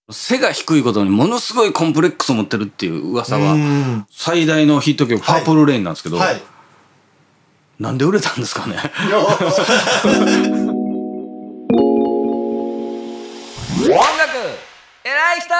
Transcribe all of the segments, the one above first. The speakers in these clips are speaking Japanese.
背が低いことにものすごいコンプレックスを持ってるっていう噂は最大のヒット曲パープルレインなんですけど、はい、なんで売れたんですかね。音楽偉い人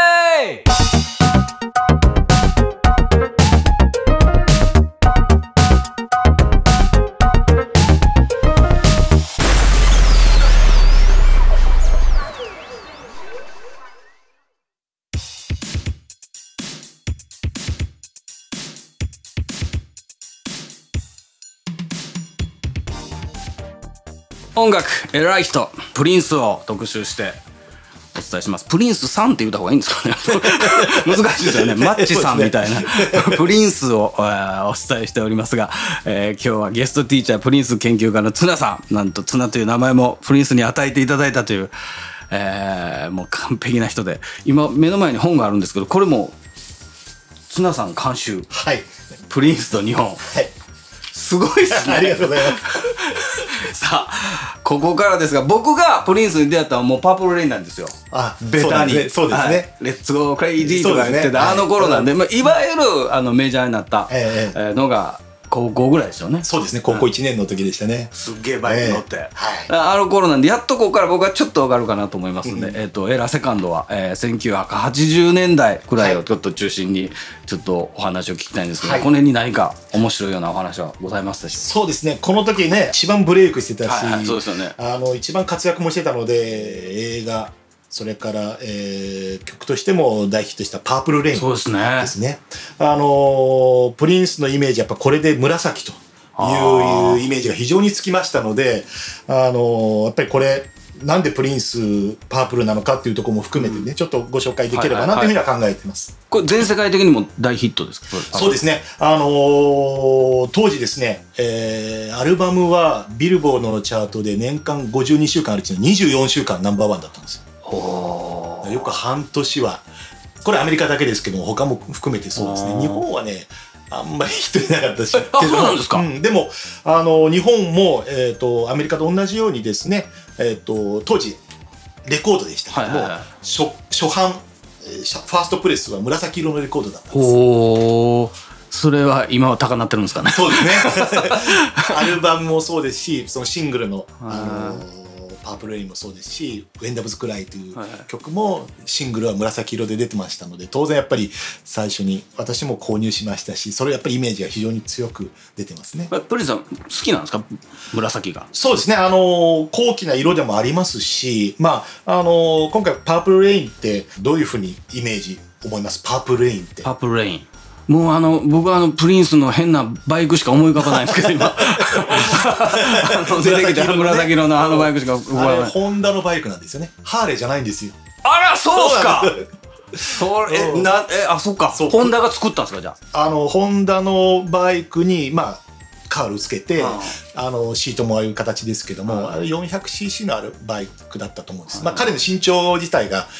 音楽偉い人プリンスを特集してお伝えします。プリンスさんって言った方がいいんですかね。難しいですよね。マッチさんみたいなプリンスをお伝えしておりますが、今日はゲストティーチャープリンス研究家のツナさん、なんとツナという名前もプリンスに与えていただいたという、もう完璧な人で、今目の前に本があるんですけど、これもツナさん監修、はい、プリンスと日本、はい、すごいですね。 ありがとうございます。 さあここからですが、僕がプリンスに出会ったのはもうパープルレインなんですよ。 あ、 ベタにそうですね。 レッツゴークレイジーとか言ってたあの頃なんで、いわゆるメジャーになったのが高校ぐらいですよね。 そうですね、高校1年の時でしたね。 すっげえバイク乗って、あの頃なんで、やっとここから僕はちょっとわかるかなと思いますんで、エラセカンドは、1980年代くらいをちょっと中心にちょっとお話を聞きたいんですけど、この辺に何か面白いようなお話はございますでしょうか。 そうですね、この時ね一番ブレイクしてたし、 そうですよね、 一番活躍もしてたので、映画それから、曲としても大ヒットしたパープルレインですね。プリンスのイメージやっぱこれで紫というイメージが非常につきましたので、やっぱりこれなんでプリンスパープルなのかっていうところも含めてね、ちょっとご紹介できればなというふうには考えています。 これ全世界的にも大ヒットですか？ そうですね、当時ですね、アルバムはビルボードのチャートで年間52週間あるうちの24週間ナンバーワンだったんですよ。よく半年は、これアメリカだけですけども他も含めてそうですね。日本はねあんまりヒットしなかったし、 そうなんですか。 でも日本も、アメリカと同じようにですね、当時レコードでしたけども、初版ファーストプレスは紫色のレコードだったんです。 それは今は高なってるんですかね。 そうですね。アルバムもそうですし、そのシングルのパープルレインもそうですし、ウェンダブズクライという曲もシングルは紫色で出てましたので、当然やっぱり最初に私も購入しましたし、それやっぱりイメージが非常に強く出てますね。 プリンさん好きなんですか、紫が？ そうですね、高貴な色でもありますし、今回パープルレインってどういうふうにイメージ思います？パープルレインって。 パープルレイン、もう僕はプリンスの変なバイクしか思い浮かばないんですけど、今出てきた紫色のあのバイクしか浮かばない。 あれホンダのバイクなんですよね。ハーレーじゃないんですよ。 あら、そうっすか。そっか、ホンダが作ったんですか？じゃあホンダのバイクにカールつけて、シートもああいう形ですけども、400cc のあるバイクだったと思うんです。彼の身長自体が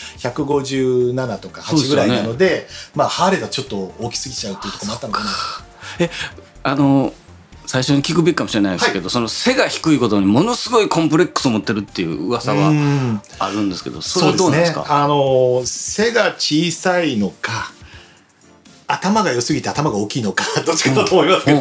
157とか8ぐらいなので、ハーレーがちょっと大きすぎちゃうというところもあったのかな。 最初に聞くべきかもしれないですけど、その背が低いことにものすごいコンプレックスを持ってるっていう噂はあるんですけど、それはどうなんですか？ 背が小さいのか、頭が良すぎて頭が大きいのか、どっちかだと思いますけど、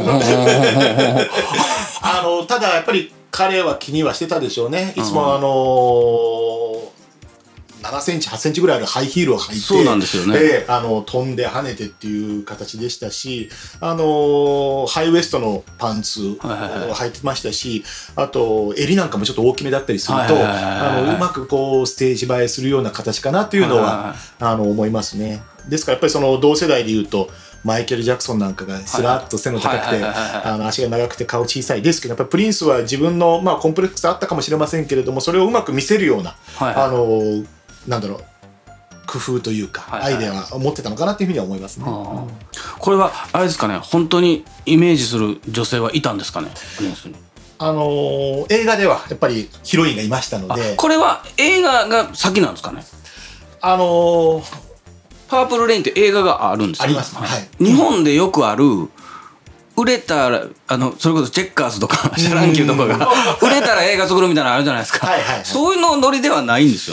ただやっぱり彼は気にはしてたでしょうね。いつも7センチ8センチぐらいあるハイヒールを履いて、 そうなんですよね、 飛んで跳ねてっていう形でしたし、ハイウエストのパンツを履いてましたし、あと襟なんかもちょっと大きめだったりすると、うまくこうステージ映えするような形かなというのは思いますね。ですからやっぱりその同世代でいうとマイケル・ジャクソンなんかがスラッと背の高くて足が長くて顔小さいですけど、やっぱりプリンスは自分のコンプレックスあったかもしれませんけれども、それをうまく見せるようななんだろう、工夫というかアイデアは持ってたのかなというふうには思いますね。 これはあれですかね、本当にイメージする女性はいたんですかね、プリンスに。 映画ではやっぱりヒロインがいましたので。 これは映画が先なんですかね？パープルレインって映画があるんですよ。 あります、 日本でよくある売れたらそれこそチェッカーズとかシャランキューとかが売れたら映画作るみたいなのあるじゃないですか。そういうのノリではないんですよね。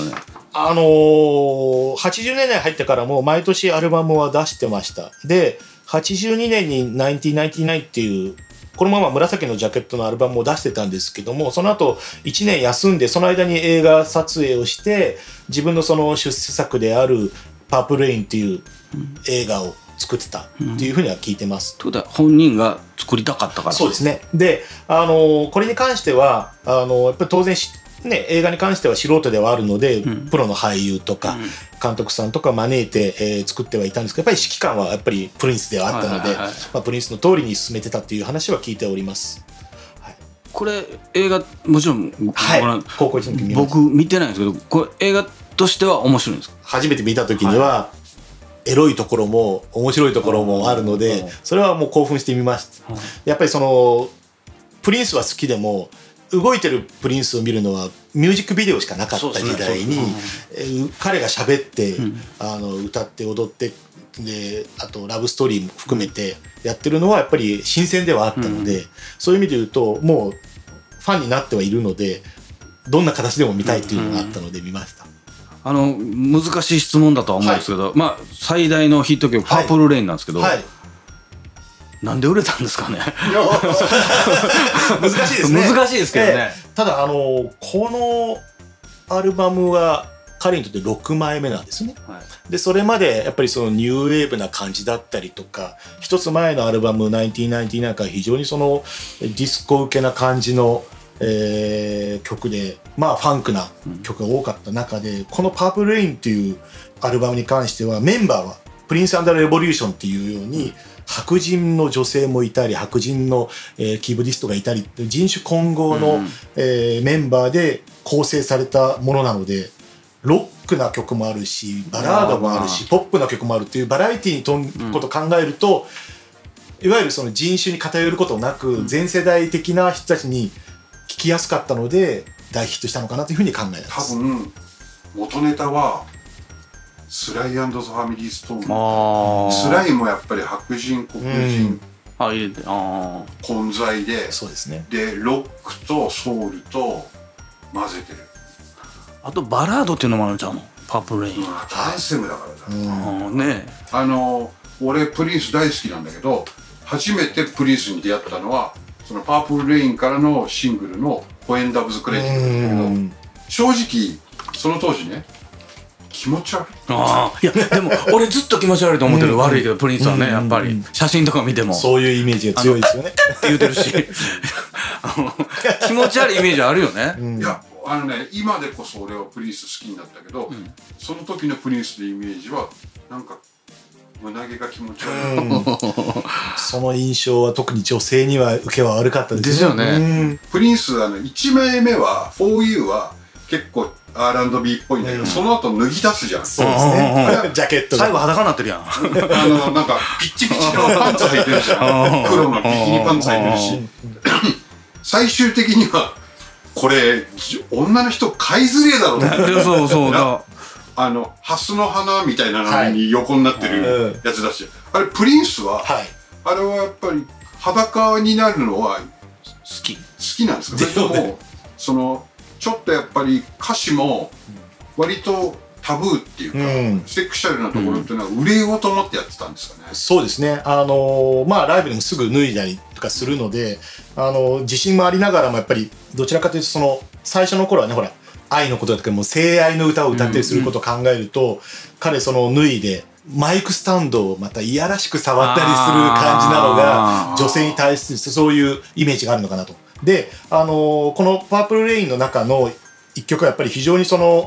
80年代入ってからも毎年アルバムは出してました。で、82年に1999っていう、このまま紫のジャケットのアルバムを出してたんですけども、その後1年休んで、その間に映画撮影をして、自分のその出世作であるパープルレインっていう映画を作ってたっていうふうには聞いてます。 ということは本人が作りたかったから。 そうですね。で、これに関しては、やっぱり当然ね、映画に関しては素人ではあるので、プロの俳優とか監督さんとか招いて、作ってはいたんですけど、やっぱり指揮官はやっぱりプリンスではあったので、プリンスの通りに進めてたっていう話は聞いております。はい、 これ映画もちろん、 高校1年生見ました。 僕見てないんですけど、これ映画としては面白いんですか？ 初めて見た時には、エロいところも面白いところもあるので、それはもう興奮してみました。やっぱりそのプリンスは好きでも、動いてるプリンスを見るのはミュージックビデオしかなかった時代に、彼が喋って、歌って踊ってで、あとラブストーリーも含めてやってるのはやっぱり新鮮ではあったので、そういう意味で言うともうファンになってはいるので、どんな形でも見たいっていうのがあったので見ました。 難しい質問だとは思うんですけど、最大のヒット曲パープルレインなんですけど、なんで売れたんですかね？ 難しいですね。 難しいですけどね。 ただこのアルバムは彼にとって6枚目なんですね。でそれまでやっぱりそのニューウェーブな感じだったりとか、一つ前のアルバム1999から非常にそのディスコ受けな感じの曲で、ファンクな曲が多かった中で、このパープルレインっていうアルバムに関してはメンバーはプリンス&レボリューションっていうように、白人の女性もいたり、白人の、キーボディストがいたり、人種混合の、メンバーで構成されたものなので、ロックな曲もあるし、バラードもあるし、ポップな曲もあるっていうバラエティに富むことを考えると、いわゆるその人種に偏ることなく、全世代的な人たちに聴きやすかったので大ヒットしたのかなというふうに考えます。 多分元ネタはスライ&ザ・ファミリー・ストーン。スライもやっぱり白人黒人、混在で、 そうですね。 でロックとソウルと混ぜてる。 あとバラードっていうのもあるじゃん、パープルレイン。 アンセムだからだ。 ね、 俺プリンス大好きなんだけど、初めてプリンスに出会ったのはそのパープルレインからのシングルの「ホエンダブズ・クレイジー」なんだけど、正直その当時ね、気持ち悪い。 いやでも俺ずっと気持ち悪いと思ってる。悪いけどプリンスはね、やっぱり写真とか見てもそういうイメージが強いですよね。 って言うてるし気持ち悪いイメージあるよね。 いや今でこそ俺はプリンス好きになったけど、その時のプリンスのイメージはなんか胸毛が気持ち悪い。 その印象は特に女性には受けは悪かったですよね。 プリンス1枚目は For You は結構 R&B っぽいんだけど、その後脱ぎ出すじゃん。 そうですね。ジャケット最後裸になってるやん。 なんかピッチピチのパンツ履いてるじゃん。黒のビキニパンツ履いてるし、最終的にはこれ女の人買いづれえだろう。 そうそうだ。 ハスの花みたいなのに横になってるやつだし、あれプリンスは、あれはやっぱり裸になるのは好きなんですか？それともそのちょっとやっぱり歌詞も割とタブーっていうか、セクシャルなところっていうのは売れようと思ってやってたんですかね？ そうですね。ライブでもすぐ脱いだりとかするので、自信もありながらもやっぱりどちらかというとその最初の頃はね、ほら愛のことだとかもう性愛の歌を歌ったりすることを考えると、彼その脱いでマイクスタンドをまたいやらしく触ったりする感じなのが女性に対するそういうイメージがあるのかなと。で、このパープルレインの中の一曲はやっぱり非常にその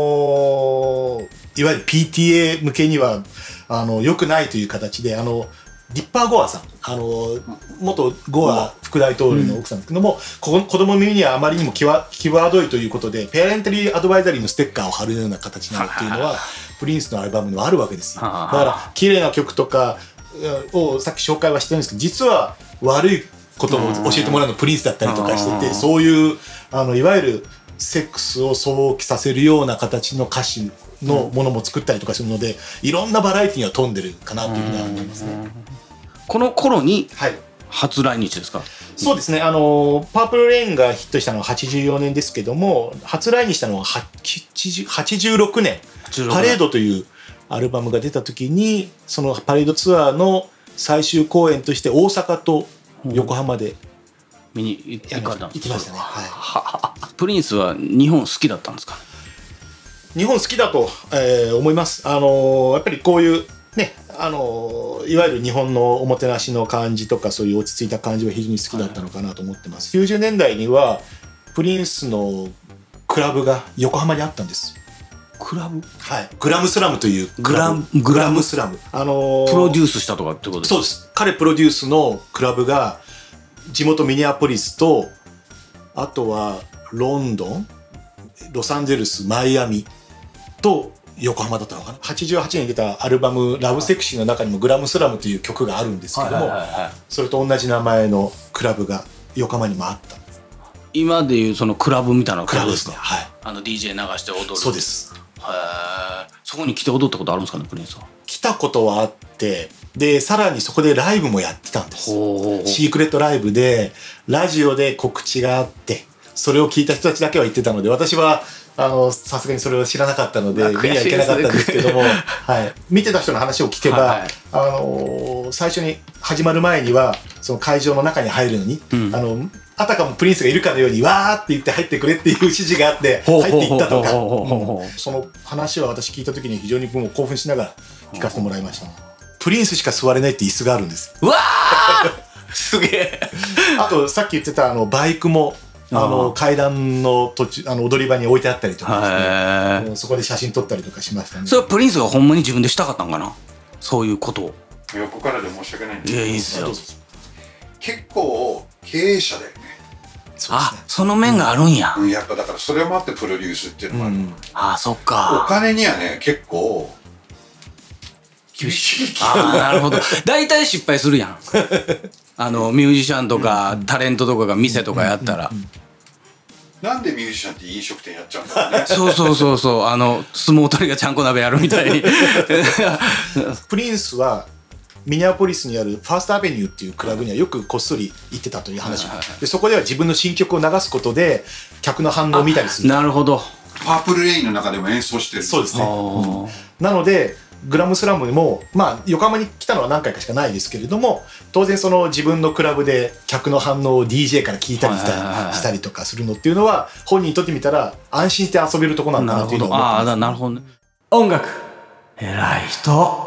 いわゆる PTA 向けには良くないという形でディッパー・ゴアさん、元ゴア副大統領の奥さんですけども、子供の耳にはあまりにも際どいということで、ペアレンタリーアドバイザリーのステッカーを貼るような形になるっていうのは、プリンスのアルバムにはあるわけですよ。だから、綺麗な曲とかをさっき紹介はしてるんですけど、実は悪いことを教えてもらうのプリンスだったりとかしてて、そういう、いわゆるセックスを想起させるような形の歌詞のものも作ったりとかするので、いろんなバラエティには富んでるかなというふうには思いますね。 この頃に初来日ですか？ そうですね。パープルレインがヒットしたのは84年ですけども、初来日したのは86年。パレードというアルバムが出た時に、そのパレードツアーの最終公演として大阪と横浜で見に行かれたんですか？ 行きましたね。はい。 プリンスは日本好きだったんですか？ 日本好きだと、思います。やっぱりこういうね、いわゆる日本のおもてなしの感じとか、そういう落ち着いた感じは非常に好きだったのかなと思ってます。90年代にはプリンスのクラブが横浜にあったんです。 クラブ？ はい。グラムスラムというグラムスラム。 プロデュースしたとかってことですか？ そうです。彼プロデュースのクラブが地元ミネアポリスと、あとはロンドン、ロサンゼルス、マイアミと横浜だったのかな。88年に出たアルバム「ラブセクシー」の中にもグラムスラムという曲があるんですけども、それと同じ名前のクラブが横浜にもあったんです。 今でいうそのクラブみたいなクラブですね。はい。 DJ 流して踊る。 そうです。 そこに来て踊ったことあるんですかね、プリンスは？ 来たことはあって、でさらにそこでライブもやってたんです。シークレットライブでラジオで告知があって、それを聞いた人たちだけは言ってたので、私はさすがにそれを知らなかったので見には行けなかったんですけども、はい、見てた人の話を聞けば、最初に始まる前にはその会場の中に入るのに、あたかもプリンスがいるかのようにわーって言って入ってくれっていう指示があって入っていったとか、その話は私聞いた時に非常にもう興奮しながら聞かせてもらいました。プリンスしか座れないって椅子があるんです。 うわーすげえ。 あとさっき言ってたバイクも階段の途中踊り場に置いてあったりとかですね、そこで写真撮ったりとかしましたね。 それはプリンスがほんまに自分でしたかったんかな、そういうことを。 横からで申し訳ないんですけど。いや、いいっすよ。 結構経営者だよね。 その面があるんや。 やっぱだからそれもあってプロデュースっていうのもある。 そっか。 お金にはね結構厳しい。 なるほど。大体失敗するやん。ミュージシャンとかタレントとかが店とかやったら。 なんでミュージシャンって飲食店やっちゃうんだろうね。 そう相撲取りがちゃんこ鍋やるみたいに。 プリンスはミネアポリスにあるファーストアベニューっていうクラブにはよくこっそり行ってたという話で、そこでは自分の新曲を流すことで客の反応を見たりする。 なるほど。 パープルレインの中でも演奏してる。 そうですね。なのでグラムスラムも横浜に来たのは何回かしかないですけれども、当然その自分のクラブで客の反応を DJ から聞いたりしたりとかするのっていうのは、本人にとってみたら安心して遊べるとこなんだなっていうのを思ってます。 なるほどね。音楽偉い人。